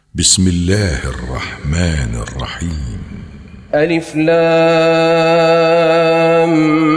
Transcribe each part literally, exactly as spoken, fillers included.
بسم الله الرحمن الرحيم. ألف لام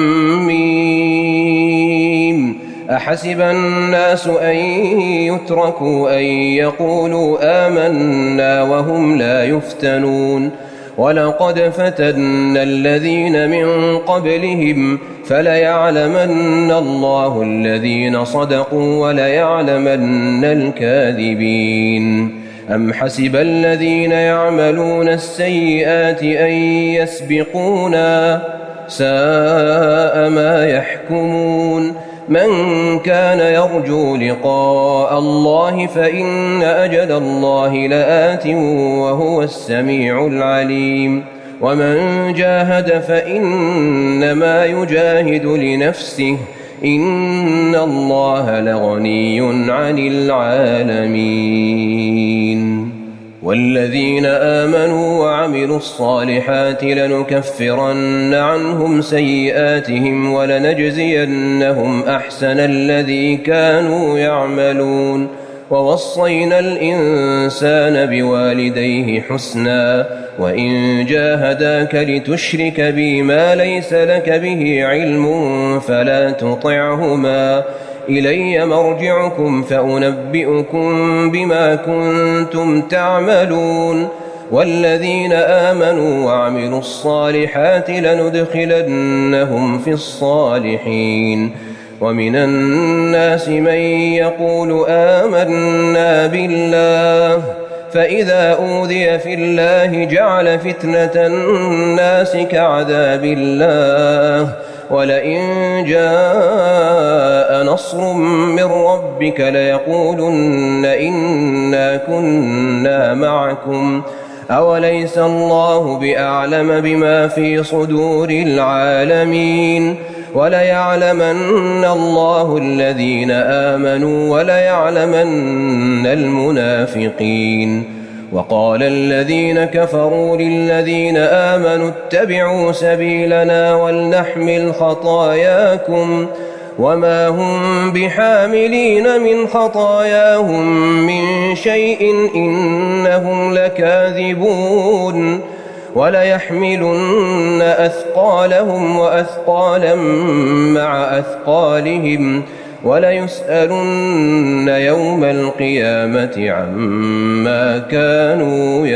ميم. أحسب الناس أن يتركوا أن يقولوا آمنا وهم لا يفتنون ولقد فتنا الذين من قبلهم فليعلمن الله الذين صدقوا وليعلمن الكاذبين. أم حسب الذين يعملون السيئات أن يسبقونا ساء ما يحكمون. من كان يرجو لقاء الله فإن أجل الله لآت وهو السميع العليم. ومن جاهد فإنما يجاهد لنفسه إن الله لغني عن العالمين. والذين آمنوا وعملوا الصالحات لنكفرن عنهم سيئاتهم ولنجزينهم أحسن الذي كانوا يعملون. ووصينا الإنسان بوالديه حسنا وإن جاهداك لتشرك بي ما ليس لك به علم فلا تطعهما إلي مرجعكم فأنبئكم بما كنتم تعملون. والذين آمنوا وعملوا الصالحات لندخلنهم في الصالحين. ومن الناس من يقول آمنا بالله فإذا أوذي في الله جعل فتنة الناس كعذاب الله ولئن جاء نصر من ربك ليقولن إنا كنا معكم أوليس الله بأعلم بما في صدور العالمين. وليعلمن الله الذين آمنوا وليعلمن المنافقين. وقال الذين كفروا للذين آمنوا اتبعوا سبيلنا ولنحمل خطاياكم وما هم بحاملين من خطاياهم من شيء إنهم لكاذبون. وليحملن أثقالهم وأثقالا مع أثقالهم وليسألن يوم القيامة عما كانوا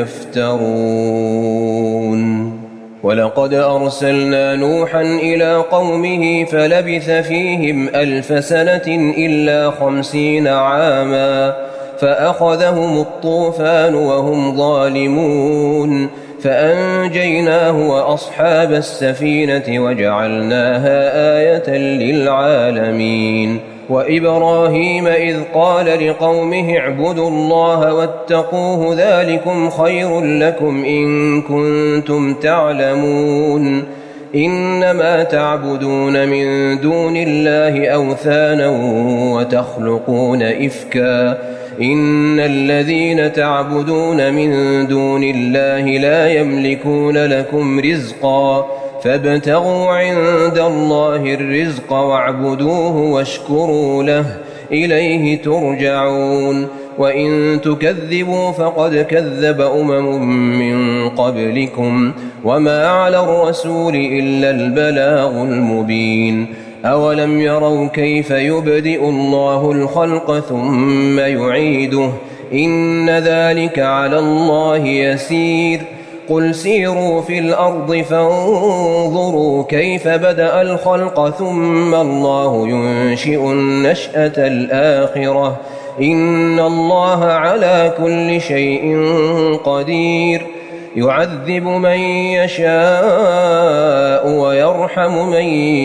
يفترون. ولقد أرسلنا نوحا إلى قومه فلبث فيهم ألف سنة إلا خمسين عاما فأخذهم الطوفان وهم ظالمون فأنجيناه وأصحاب السفينة وجعلناها آية للعالمين. وإبراهيم إذ قال لقومه اعبدوا الله واتقوه ذلكم خير لكم إن كنتم تعلمون. إنما تعبدون من دون الله أوثانا وتخلقون إفكا إن الذين تعبدون من دون الله لا يملكون لكم رزقا فابتغوا عند الله الرزق واعبدوه واشكروا له إليه ترجعون. وإن تكذبوا فقد كذب أمم من قبلكم وما على الرسول إلا البلاغ المبين. أولم يروا كيف يبدئ الله الخلق ثم يعيده إن ذلك على الله يسير. قل سيروا في الأرض فانظروا كيف بدأ الخلق ثم الله ينشئ النشأة الآخرة إن الله على كل شيء قدير. يعذب من يشاء ويرحم من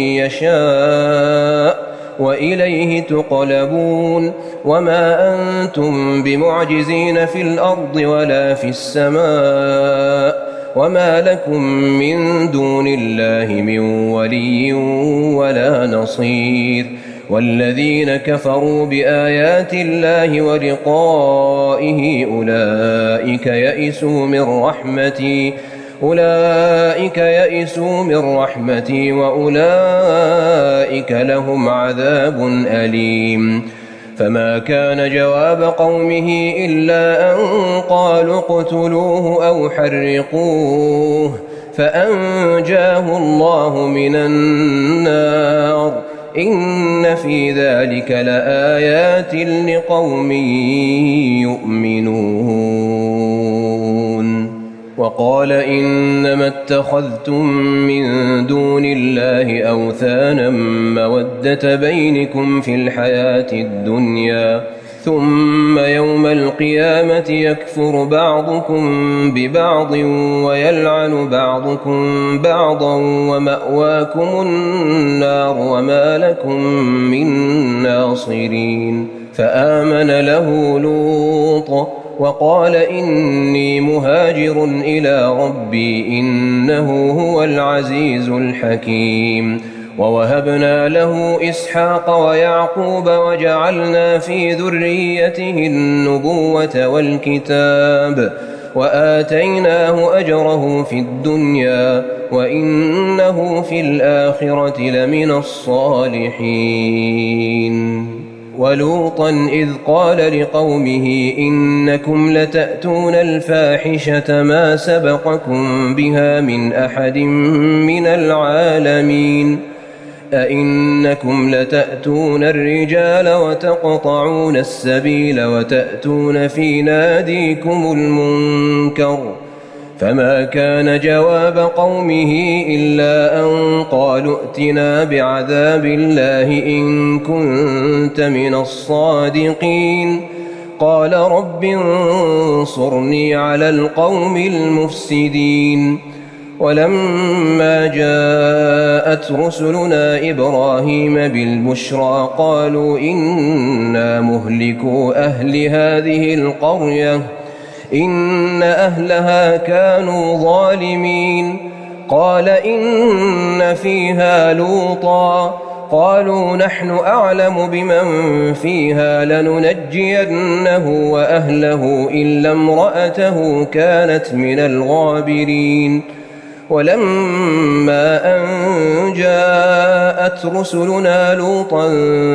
يشاء وإليه تقلبون. وما أنتم بمعجزين في الأرض ولا في السماء وما لكم من دون الله من ولي ولا نصير. والذين كفروا بآيات الله ولقائه أولئك يئسوا من رحمتي أولئك يئسوا من رحمتي وأولئك لهم عذاب أليم. فما كان جواب قومه إلا أن قالوا اقتلوه أو حرقوه فأنجاه الله من النار إن في ذلك لآيات لقوم يؤمنون. وقال إنما اتخذتم من دون الله أوثانا مودة بينكم في الحياة الدنيا ثم يوم القيامة يكفر بعضكم ببعض ويلعن بعضكم بعضا ومأواكم النار وما لكم من ناصرين. فآمن له لوط وقال إني مهاجر إلى ربي إنه هو العزيز الحكيم. ووهبنا له إسحاق ويعقوب وجعلنا في ذريته النبوة والكتاب وآتيناه أجره في الدنيا وإنه في الآخرة لمن الصالحين. ولوطا إذ قال لقومه إنكم لتأتون الفاحشة ما سبقكم بها من أحد من العالمين أئنكم لتأتون الرجال وتقطعون السبيل وتأتون في ناديكم المنكر. فما كان جواب قومه إلا أن قالوا ائتنا بعذاب الله إن كنت من الصادقين. قال رب انصرني على القوم المفسدين. ولما جاءت رسلنا إبراهيم بالبشرى قالوا إنا مهلكو أهل هذه القرية إن أهلها كانوا ظالمين. قال إن فيها لوطا قالوا نحن أعلم بمن فيها لننجينه وأهله إلا امرأته كانت من الغابرين. ولما أن جاءت رسلنا لوطا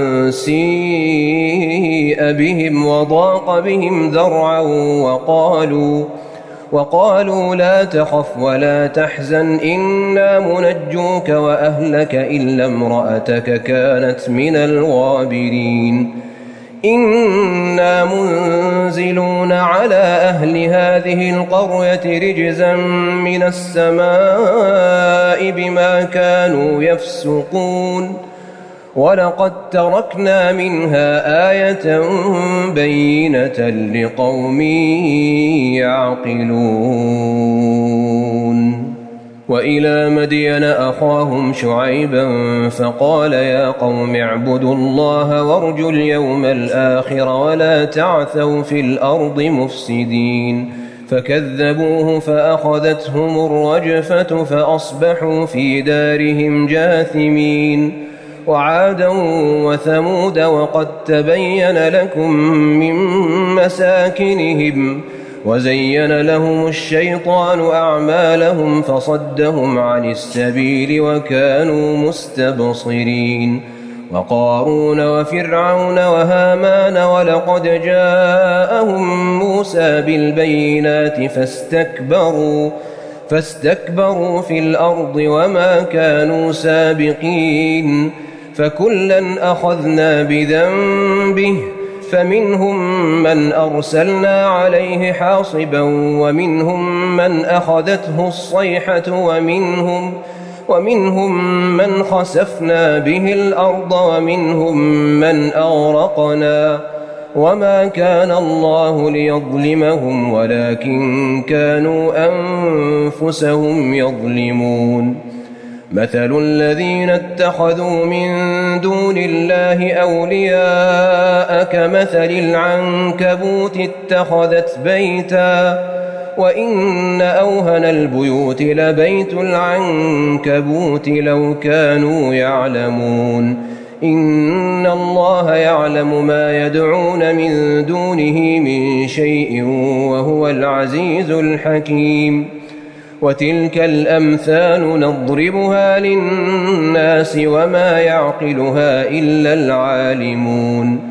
سيء بهم وضاق بهم ذرعا وقالوا وقالوا لا تخف ولا تحزن إنا منجوك وأهلك إلا امرأتك كانت من الغابرين. إنا منزلون على أهل هذه القرية رجزا من السماء بما كانوا يفسقون. ولقد تركنا منها آية بينة لقوم يعقلون. وإلى مدين أخاهم شعيبا فقال يا قوم اعبدوا الله وارجوا اليوم الآخر ولا تعثوا في الأرض مفسدين. فكذبوه فأخذتهم الرجفة فأصبحوا في دارهم جاثمين. وعادا وثمود وقد تبين لكم من مساكنهم وزين لهم الشيطان أعمالهم فصدهم عن السبيل وكانوا مستبصرين. وقارون وفرعون وهامان ولقد جاءهم موسى بالبينات فاستكبروا فاستكبروا في الأرض وما كانوا سابقين. فكلا أخذنا بذنبه فمنهم من أرسلنا عليه حاصبا ومنهم من أخذته الصيحة ومنهم ومنهم من خسفنا به الأرض ومنهم من أغرقنا. وما كان الله ليظلمهم ولكن كانوا أنفسهم يظلمون. مثل الذين اتخذوا من دون الله أولياء كمثل العنكبوت اتخذت بيتا وإن أوهن البيوت لبيت العنكبوت لو كانوا يعلمون. إن الله يعلم ما يدعون من دونه من شيء وهو العزيز الحكيم. وتلك الأمثال نضربها للناس وما يعقلها إلا العالمون.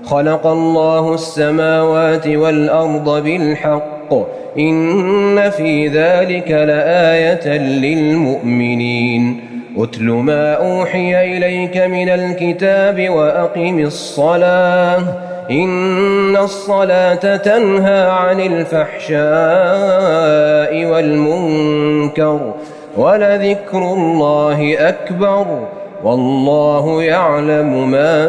خلق الله السماوات والأرض بالحق إن في ذلك لآية للمؤمنين أتل ما أوحي إليك من الكتاب وأقم الصلاة إن الصلاة تنهى عن الفحشاء والمنكر ولذكر الله أكبر والله يعلم ما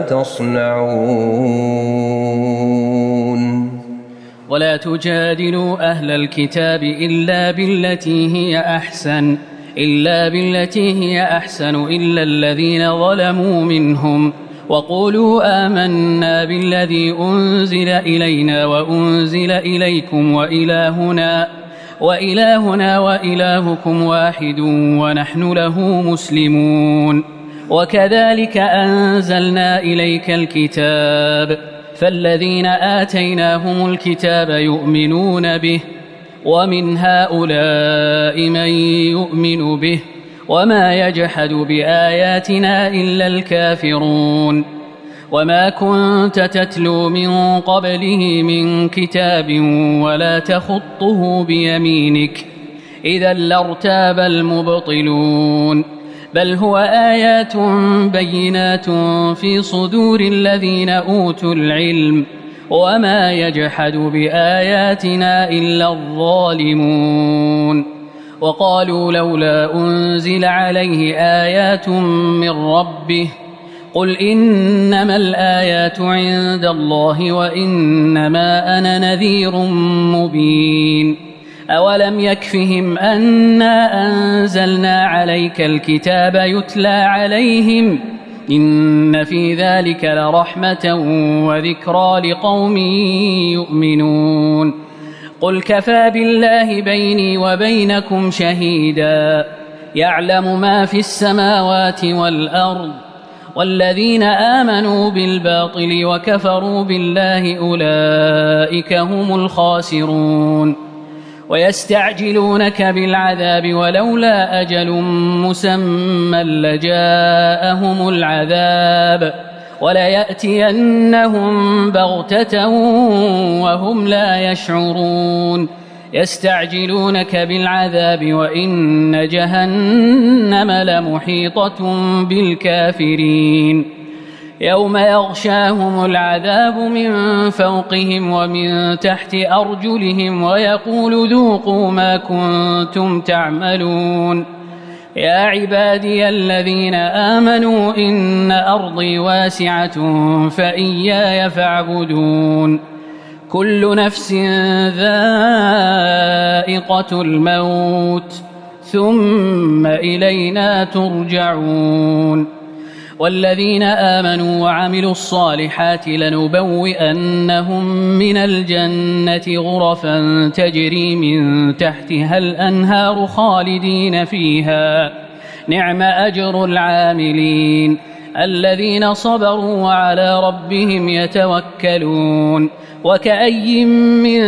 تصنعون. ولا تجادلوا أهل الكتاب إلا بالتي هي أحسن إلا بالتي هي أحسن إلا الذين ظلموا منهم وقولوا آمنا بالذي أنزل إلينا وأنزل إليكم وإلهنا وإلهنا وإلهكم واحد ونحن له مسلمون. وكذلك أنزلنا إليك الكتاب فالذين آتيناهم الكتاب يؤمنون به ومن هؤلاء من يؤمن به وما يجحد بآياتنا إلا الكافرون. وما كنت تتلو من قبله من كتاب ولا تخطه بيمينك إذا لارتاب المبطلون بل هو آيات بينات في صدور الذين أوتوا العلم وما يجحد بآياتنا إلا الظالمون. وقالوا لولا أنزل عليه آيات من ربه قل إنما الآيات عند الله وإنما أنا نذير مبين. أولم يكفهم أنا أنزلنا عليك الكتاب يتلى عليهم إن في ذلك لرحمة وذكرى لقوم يؤمنون. قل كفى بالله بيني وبينكم شهيدا يعلم ما في السماوات والأرض والذين آمنوا بالباطل وكفروا بالله أولئك هم الخاسرون. ويستعجلونك بالعذاب ولولا أجل مسمى لجاءهم العذاب وليأتينهم بغتة وهم لا يشعرون. يستعجلونك بالعذاب وإن جهنم لمحيطة بالكافرين يوم يغشاهم العذاب من فوقهم ومن تحت أرجلهم ويقول ذوقوا ما كنتم تعملون. يا عبادي الذين آمنوا إن أرضي واسعة فإياي فاعبدون. كل نفس ذائقة الموت ثم إلينا ترجعون. والذين آمنوا وعملوا الصالحات لنبوئنهم من الجنة غرفا تجري من تحتها الأنهار خالدين فيها نعم أجر العاملين الذين صبروا وعلى ربهم يتوكلون. وكأي من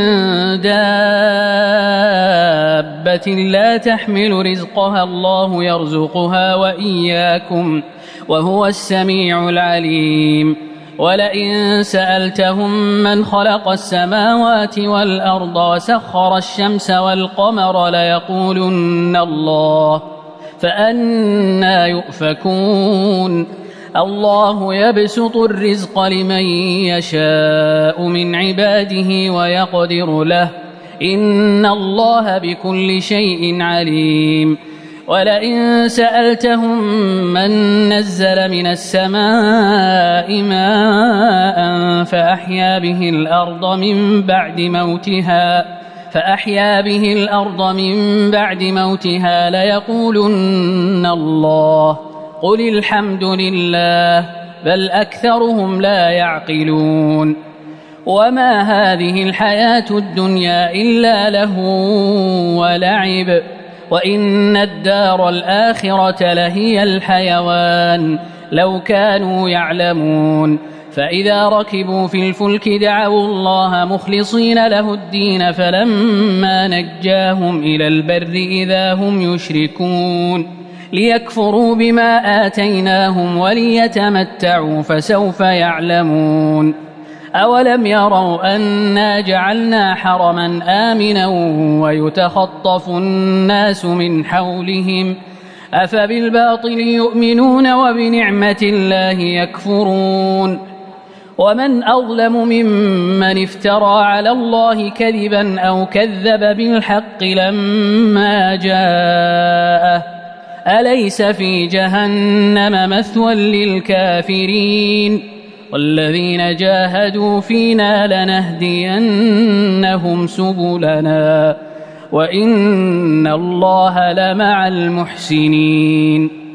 دابة لا تحمل رزقها الله يرزقها وإياكم وهو السميع العليم. ولئن سألتهم من خلق السماوات والأرض وسخر الشمس والقمر ليقولن الله فأنى يؤفكون. الله يبسط الرزق لمن يشاء من عباده ويقدر له إن الله بكل شيء عليم. ولئن سألتهم من نزل من السماء ماء فأحيا به الأرض من بعد موتها فأحيا به الأرض من بعد موتها ليقولن الله قل الحمد لله بل أكثرهم لا يعقلون. وما هذه الحياة الدنيا إلا له ولعب وإن الدار الآخرة لهي الحيوان لو كانوا يعلمون. فإذا ركبوا في الفلك دعوا الله مخلصين له الدين فلما نجاهم إلى البر إذا هم يشركون ليكفروا بما آتيناهم وليتمتعوا فسوف يعلمون. أولم يروا أنا جعلنا حرما آمنا ويتخطف الناس من حولهم أفبالباطل يؤمنون وبنعمة الله يكفرون ومن أظلم ممن افترى على الله كذبا أو كذب بالحق لما جاءه أليس في جهنم مثوى للكافرين والذين جاهدوا فينا لنهدينهم سبلنا وإن الله لمع المحسنين